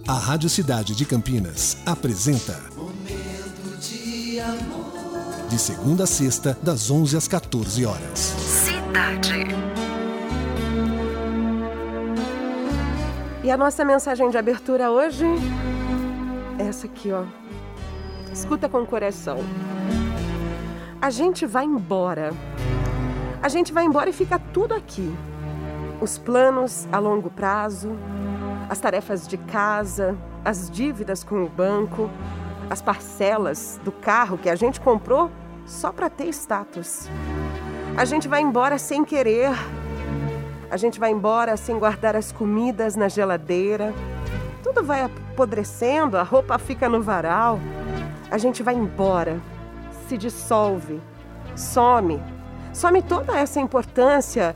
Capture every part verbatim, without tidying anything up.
A Rádio Cidade de Campinas apresenta Momento de Amor. De segunda a sexta, das onze às quatorze horas. Cidade. E a nossa mensagem de abertura hoje é essa aqui, ó. Escuta com o coração. A gente vai embora. A gente vai embora e fica tudo aqui. Os planos a longo prazo, as tarefas de casa, as dívidas com o banco, as parcelas do carro que a gente comprou só para ter status. A gente vai embora sem querer. A gente vai embora sem guardar as comidas na geladeira. Tudo vai apodrecendo, a roupa fica no varal. A gente vai embora, se dissolve, some. Some toda essa importância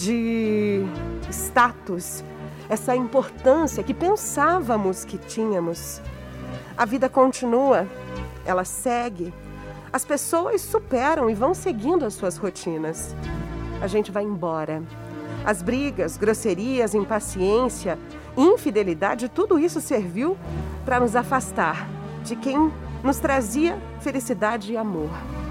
de status, essa importância que pensávamos que tínhamos. A vida continua, ela segue. As pessoas superam e vão seguindo as suas rotinas. A gente vai embora. As brigas, grosserias, impaciência, infidelidade, tudo isso serviu para nos afastar de quem nos trazia felicidade e amor.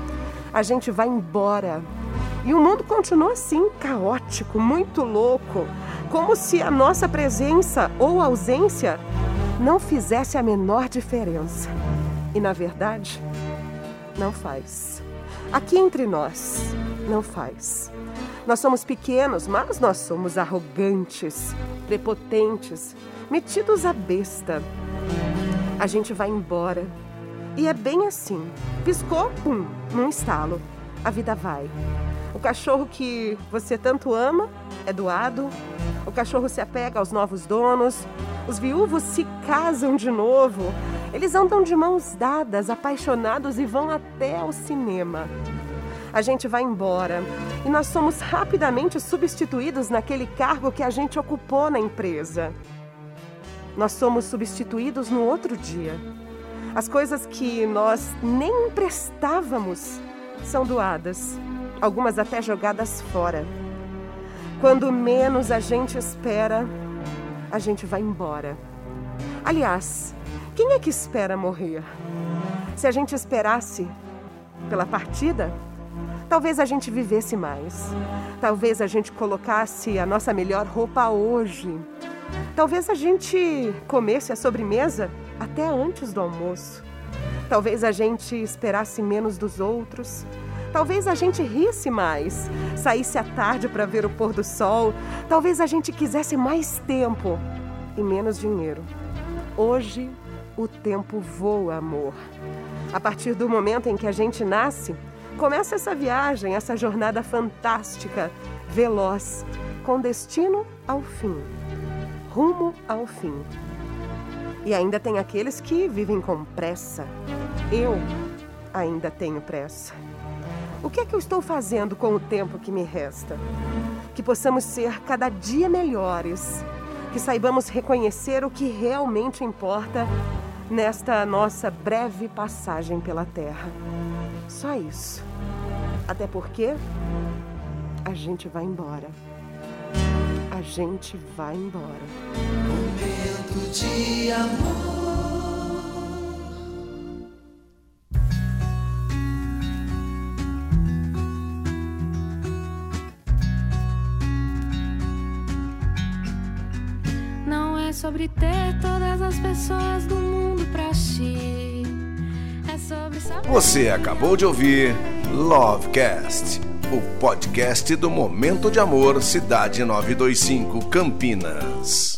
A gente vai embora. E o mundo continua assim, caótico, muito louco, como se a nossa presença ou ausência não fizesse a menor diferença. E, na verdade, não faz. Aqui entre nós, não faz. Nós somos pequenos, mas nós somos arrogantes, prepotentes, metidos à besta. A gente vai embora. E é bem assim. Piscou, pum, num estalo. A vida vai. O cachorro que você tanto ama é doado. O cachorro se apega aos novos donos. Os viúvos se casam de novo. Eles andam de mãos dadas, apaixonados e vão até o cinema. A gente vai embora e nós somos rapidamente substituídos naquele cargo que a gente ocupou na empresa. Nós somos substituídos no outro dia. As coisas que nós nem emprestávamos são doadas, algumas até jogadas fora. Quando menos a gente espera, a gente vai embora. Aliás, quem é que espera morrer? Se a gente esperasse pela partida, talvez a gente vivesse mais. Talvez a gente colocasse a nossa melhor roupa hoje. Talvez a gente comesse a sobremesa até antes do almoço. Talvez a gente esperasse menos dos outros. Talvez a gente risse mais, saísse à tarde para ver o pôr do sol. Talvez a gente quisesse mais tempo e menos dinheiro. Hoje, o tempo voa, amor. A partir do momento em que a gente nasce, começa essa viagem, essa jornada fantástica, veloz, com destino ao fim, rumo ao fim. E ainda tem aqueles que vivem com pressa. Eu ainda tenho pressa. O que é que eu estou fazendo com o tempo que me resta? Que possamos ser cada dia melhores, que saibamos reconhecer o que realmente importa nesta nossa breve passagem pela Terra. Só isso. Até porque a gente vai embora. A gente vai embora. Momento de amor. Não é sobre ter todas as pessoas do mundo pra ti. É sobre saber. Você acabou de ouvir Lovecast, o podcast do Momento de Amor Cidade novecentos e vinte e cinco Campinas.